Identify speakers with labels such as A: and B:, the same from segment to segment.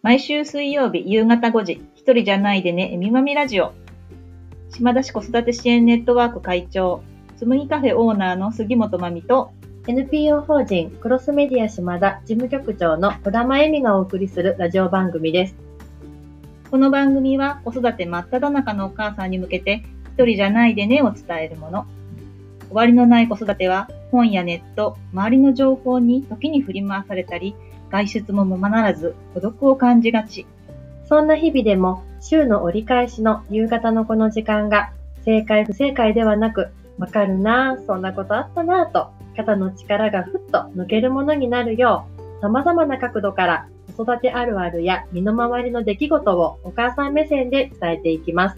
A: 毎週水曜日夕方5時、一人じゃないでね、えみまみラジオ。島田市子育て支援ネットワーク会長、つむぎカフェオーナーの杉本真美と、
B: NPO 法人クロスメディア島田事務局長の児玉恵美がお送りするラジオ番組です。
A: この番組は子育て真っ只中のお母さんに向けて、一人じゃないでねを伝えるもの。終わりのない子育ては、本やネット、周りの情報に時に振り回されたり、外出もままならず孤独を感じがち。
B: そんな日々でも週の折り返しの夕方のこの時間が正解不正解ではなく、わかるなぁ、そんなことあったなぁと肩の力がふっと抜けるものになるよう、様々な角度から子育てあるあるや身の回りの出来事をお母さん目線で伝えていきます。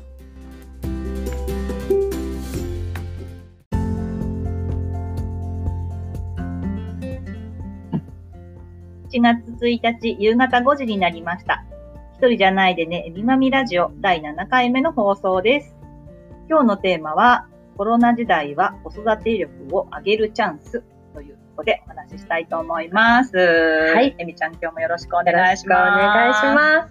A: 1月1日夕方5時になりました。一人じゃないでね、えみまみラジオ第7回目の放送です。今日のテーマは、コロナ時代は子育て力を上げるチャンスということでお話ししたいと思います。はい。えみちゃん、今日もよろしくお願いします。
B: よろしくお願いします。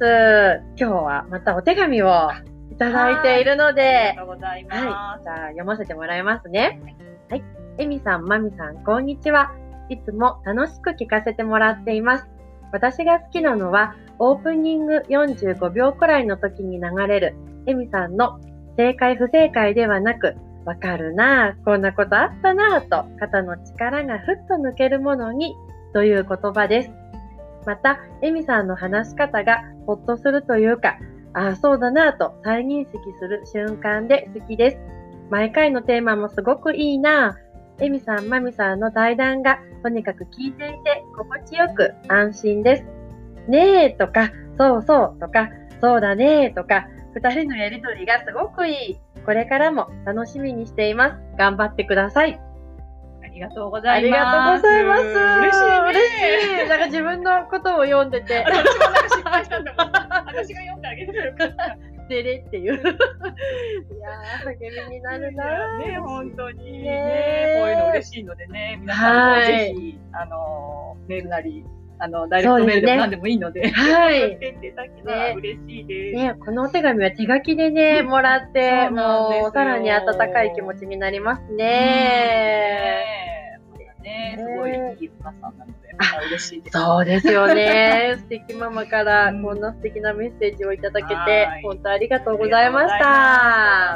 B: 今日はまたお手紙をいただいているので、
A: ありがとうございます。
B: はい。じゃあ読ませてもらいますね。はい。えみさん、まみさん、こんにちは。いつも楽しく聞かせてもらっています。私が好きなのは、オープニング45秒くらいの時に流れる、えみさんの正解不正解ではなく、わかるなぁ、こんなことあったなぁと、肩の力がふっと抜けるものに、という言葉です。また、えみさんの話し方がほっとするというか、ああ、そうだなぁと再認識する瞬間で好きです。毎回のテーマもすごくいいなぁ。えみさん、まみさんの対談がとにかく聞いていて心地よく安心です。ねえとか、そうそうとか、そうだねとか、二人のやりとりがすごくいい。これからも楽しみにしています。頑張ってください。
A: ありがとうございます。
B: ありがとうございます。
A: 嬉しいね。
B: 嬉しい。なんか自分のことを読んでて。
A: 私もなんか失敗したんだもん。私が読んであげてるから。
B: でれっていう。いやー、励みになるな
A: ね、本当にね、こういうの嬉しいのでね、皆さんもぜひ、メールなり、ダイレクトメールでも何でもいいので、
B: はい。
A: 送っていただけたら嬉しいです。
B: ね、このお手紙は手書きでね、もらって、もう、さらに温かい気持ちになりますね。
A: ね、すごいいいお母さんなので、嬉しいです。
B: そうですよね。素敵ママからこんな素敵なメッセージをいただけて、本当ありがとうございました。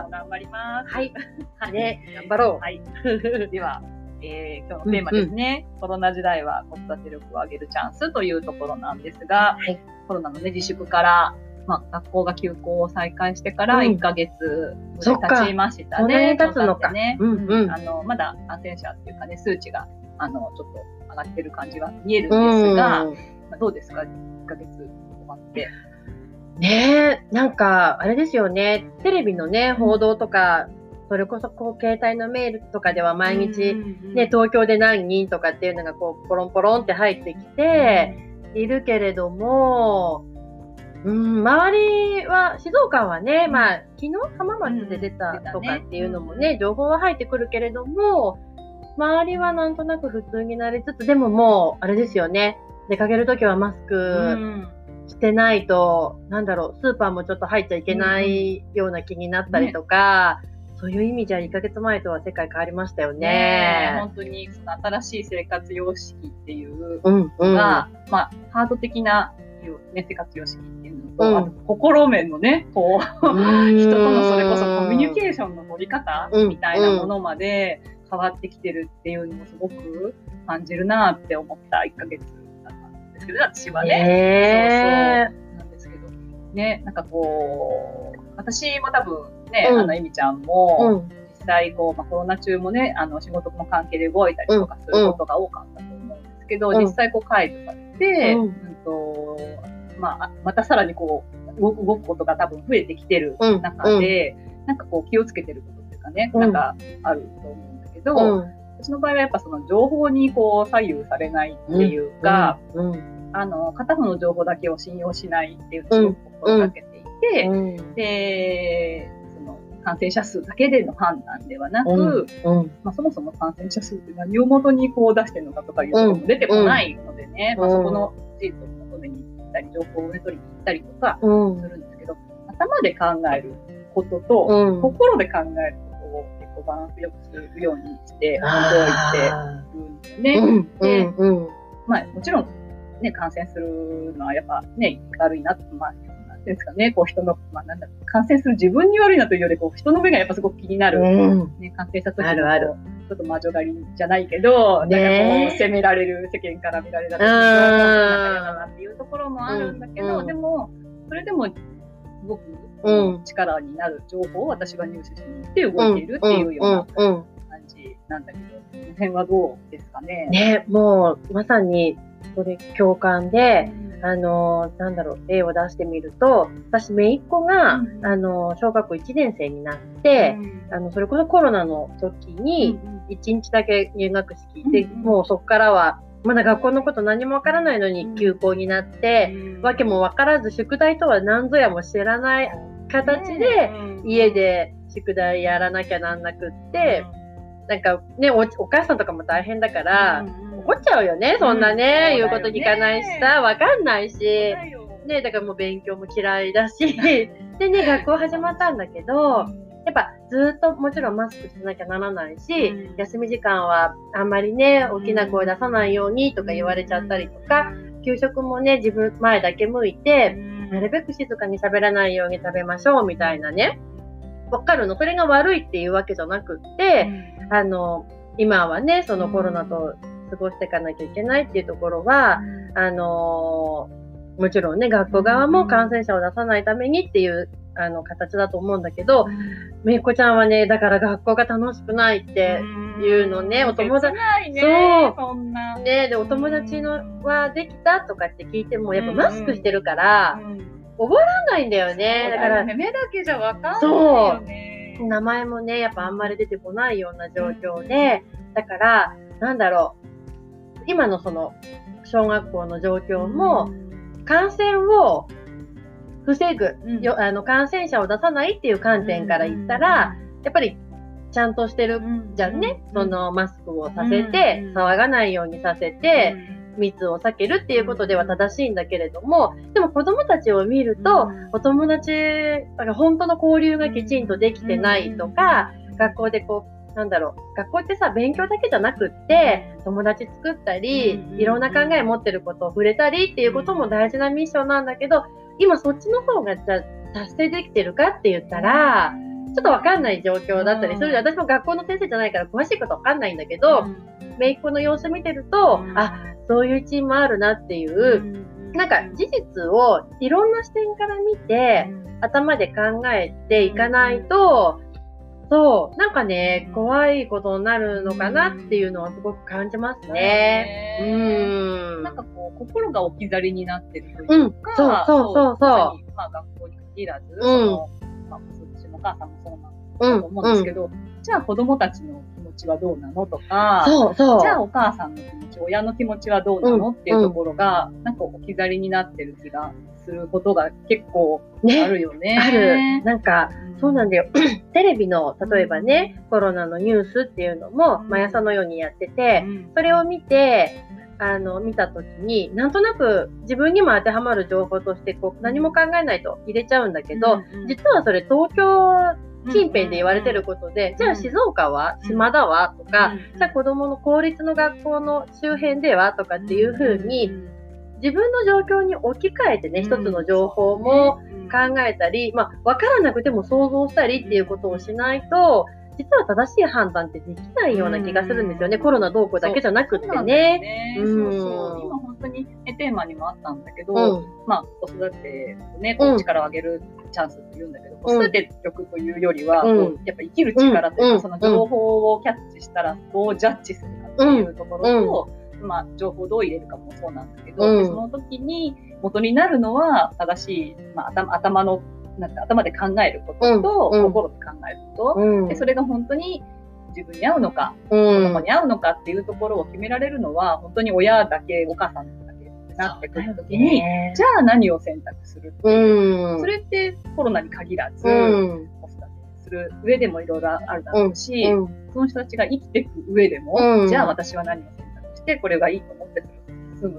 A: 頑張ります。
B: はい。ね、頑張ろう。
A: はい。では、今日のテーマですね。コロナ時代は子育て力を上げるチャンスというところなんですが、コロナのね、自粛から、学校が休校を再開してから1ヶ月経ちましたね。
B: 経つのか。
A: まだ感染者っていうかね、数値が、ちょっと上がってる感じは見えるんですが、どうですか ?1 ヶ月終わって。
B: ねえ、なんか、あれですよね。テレビのね、報道とか、それこそこう携帯のメールとかでは毎日、ね、東京で何人とかっていうのがこう、ポロンポロンって入ってきているけれども、周りは、静岡はね、昨日浜松で出たとかっていうのもね、情報は入ってくるけれども、周りはなんとなく普通になりつつ、でももう、あれですよね、出かけるときはマスクしてないと、スーパーもちょっと入っちゃいけないような気になったりとか、そういう意味じゃ1ヶ月前とは世界変わりましたよね。
A: 本当にその新しい生活様式っていうのが、ハード的な生活様式っていうのと、あと心面のね、こう、人とのそれこそコミュニケーションの取り方みたいなものまで変わってきてるっていうのもすごく感じるなって思った1ヶ月だったんですけど、私はね。そうなんですけど、ね、なんかこう、私も多分ね、えみちゃんも、実際こう、コロナ中もね、仕事の関係で動いたりとかすることが多かったと思うんですけど、実際こう解除されて、またさらにこう、動くことが多分増えてきてる中で、なんかこう気をつけてることっていうかね、なんかあると思うんだけど、私の場合はやっぱその情報にこう左右されないっていうか、片方の情報だけを信用しないっていうのを心がけていて、で、その感染者数だけでの判断ではなく、そもそも感染者数って何を元にこう出してるのかとかいうところも出てこないのでね、そこの事実を求めに行ったり情報を受け取りに行ったりとかするんですけど、頭で考えることと、心で考えることを結構バランスよくするようにして覚えてるんですね。で、まあもちろんね、感染するのはやっぱね、悪いなって、まあ、なんていうんですかね、こう人の、まあなんだろう、感染する自分に悪いなというより、こう人の目がやっぱすごく気になる。ね、感染した時の、ちょっと魔女狩りじゃないけど、なんかこう責められる、世間から見られた時の、なんか嫌だなっていうところもあるんだけど、でも、それでも、すごく力になる情報を私が入手しに行って動いているっていうような感じなんだけど、この辺はどうですかね。
B: ね、もうまさにそれ共感で、なんだろう、例を出してみると、私、姪っ子が、小学校1年生になって、それこそコロナの時に、1日だけ入学式で、もうそこからは、まだ学校のこと何もわからないのに休校になって、わけもわからず、宿題とは何ぞやも知らない形で、家で宿題やらなきゃなんなくって、なんかね、お母さんとかも大変だから、怒っちゃうよね、そんなね、言うこと聞かないしさ、わかんないし、ね、だからもう勉強も嫌いだし、でね、学校始まったんだけど、やっぱずっともちろんマスクしてなきゃならないし、休み時間はあんまりね、大きな声出さないようにとか言われちゃったりとか、給食もね、自分前だけ向いて、なるべく静かに喋らないように食べましょうみたいなね。わかるの？それが悪いっていうわけじゃなくって、今はね、そのコロナと過ごしていかなきゃいけないっていうところは、もちろんね、学校側も感染者を出さないためにっていう形だと思うんだけど、めいこちゃんはね、だから学校が楽しくないっていうのね、お友達、
A: そんな。
B: ね、で、お友達のはできたとかって聞いても、やっぱマスクしてるから、覚えらんないんだよね。だから、
A: 目だけじゃわかんないよね。
B: 名前もね、やっぱあんまり出てこないような状況で、だから、なんだろう、今のその、小学校の状況も、感染を防ぐ、感染者を出さないっていう観点から言ったら、やっぱりちゃんとしてるじゃんね。そのマスクをさせて、騒がないようにさせて、密を避けるっていうことでは正しいんだけれども、でも子供たちを見ると、お友達、本当の交流がきちんとできてないとか、学校でこう、なんだろう、学校ってさ、勉強だけじゃなくって、友達作ったり、いろんな考え持ってることを触れたりっていうことも大事なミッションなんだけど、今そっちの方がじゃ達成できてるかって言ったら、ちょっとわかんない状況だったりする。私も学校の先生じゃないから詳しいことわかんないんだけど、姪っ子の様子見てると、あ、そういうチームあるなっていう、なんか事実をいろんな視点から見て、頭で考えていかないと、そう、なんかね、怖いことになるのかなっていうのはすごく感じますね。
A: なんかこう、心が置き去りになってるというか、
B: そう。
A: まあ学校に限らず、まあ、そっちのお母さんもそうなんだと思うんですけど、じゃあ子供たちの気持ちはどうなのとか、じゃあお母さんの気持ち、親の気持ちはどうなのっていうところが、なんか置き去りになってる気がすることが結構あるよね。
B: ある。なんか、そうなんだよ。テレビの、例えばね、コロナのニュースっていうのも、毎朝のようにやってて、それを見て、見たときに、なんとなく自分にも当てはまる情報として、こう、何も考えないと入れちゃうんだけど、実はそれ東京近辺で言われてることで、じゃあ静岡は島田はとか、じゃあ子供の公立の学校の周辺ではとかっていうふうに、自分の状況に置き換えてね、一つの情報も考えたり、まあ、わからなくても想像したりっていうことをしないと、実は正しい判断ってできないような気がするんですよね。コロナどうこうだけじゃなくてね。
A: 今本当にテーマにもあったんだけど、まあ、子育てをね、こう力を上げるチャンスって言うんだけど、子育て力というよりは、やっぱ生きる力というか、その情報をキャッチしたらどうジャッジするかっていうところと、まあ、情報をどう入れるかもそうなんだけど、その時に元になるのは正しい、まあ、頭で考えることと、心で考えること、でそれが本当に自分に合うのか、子供に合うのかっていうところを決められるのは、本当に親だけ、お母さんだけってなってくるときに、じゃあ何を選択するっていう、それってコロナに限らず、子育てする上でもいろいろあるだろうし、その人たちが生きていく上でも、じゃあ私は何を選択して、これがいいと思って進むっていうのに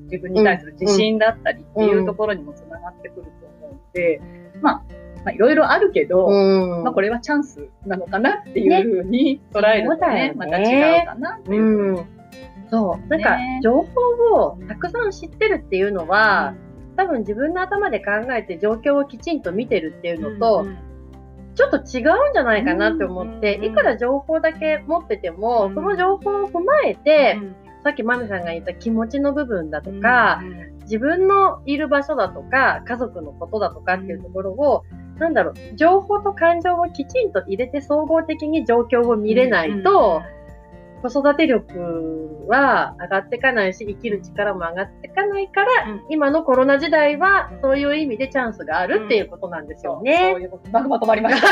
A: 自分に対する自信だったりっていうところにもつながってくると思うので、まあいろいろあるけど、まあこれはチャンスなのかなっていうふうに捉えるとね、また違うかなっていう。
B: そう。なんか、情報をたくさん知ってるっていうのは、多分自分の頭で考えて状況をきちんと見てるっていうのと、ちょっと違うんじゃないかなって思って、いくら情報だけ持ってても、その情報を踏まえて、さっきまみさんが言った気持ちの部分だとか、自分のいる場所だとか、家族のことだとかっていうところを、なんだろう、情報と感情をきちんと入れて総合的に状況を見れないと、子育て力は上がっていかないし、生きる力も上がっていかないから、今のコロナ時代はそういう意味でチャンスがあるっていうことなんですよね。
A: そういうこと。まとまりました。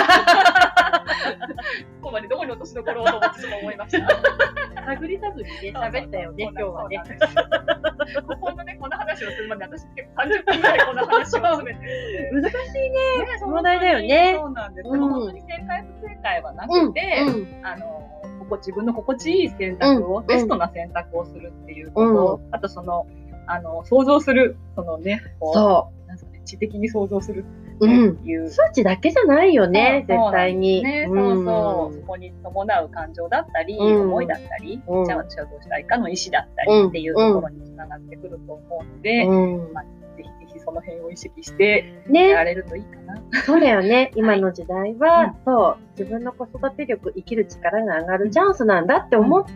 A: ここまでどこに落としどころをと思いました。
B: 探り探りで喋ったよね、今日はね。
A: こんなね、こんな話をするまで私結構30分ぐらいこんな話を進めて。
B: 難しいね。問題だよね。
A: そうなんです。本当に正解不正解はなくて、自分の心地いい選択を、ベストな選択をするっていうこと、あと想像する、なんかね、知的に想像するっていう。
B: 数値だけじゃないよね、絶対に。
A: そこに伴う感情だったり、思いだったり、じゃあ私はどうしたいかの意思だったりっていうところにつながってくると思うので、ぜひその辺を意識してやられるといいかな。
B: そうだよね。今の時代は、自分の子育て力、生きる力が上がるチャンスなんだって思って、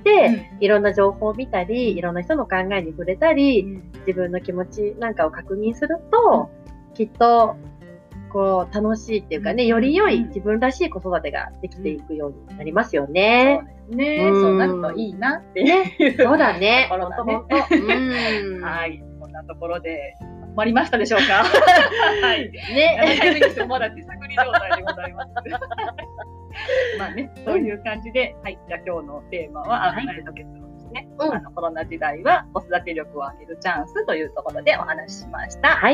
B: いろんな情報を見たり、いろんな人の考えに触れたり、自分の気持ちなんかを確認すると、きっと、楽しいっていうかね、より良い自分らしい子育てができていくようになりますよね。
A: そうですね。そうなるといいなっていう。
B: そうだね。
A: はい。こんなところで、終わりましたでしょうか。はい。ね。まだ手探り状態でございます。まあね、そういう感じで、はい。じゃあ今日のテーマは、結論ですね。コロナ時代は子育て力を上げるチャンスというところでお話ししました。
B: はい。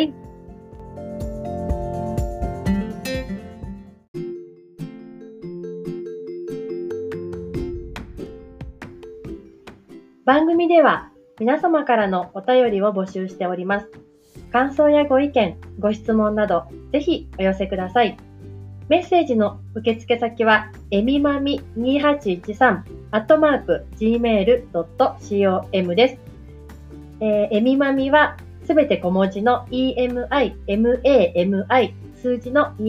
B: 番組では皆様からのお便りを募集しております。感想やご意見、ご質問など、ぜひお寄せください。メッセージの受付先は、emimami2813@gmail.com です。えみまみはすべて小文字の emimami 数字の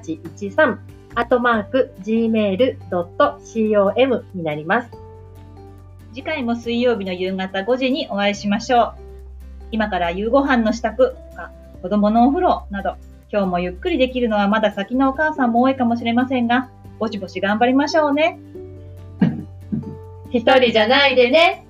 B: 2813@gmail.com になります。
A: 次回も水曜日の夕方5時にお会いしましょう。今から夕ご飯の支度とか、子供のお風呂など、今日もゆっくりできるのはまだ先のお母さんも多いかもしれませんが、ぼちぼち頑張りましょうね。
B: 一人じゃないでね。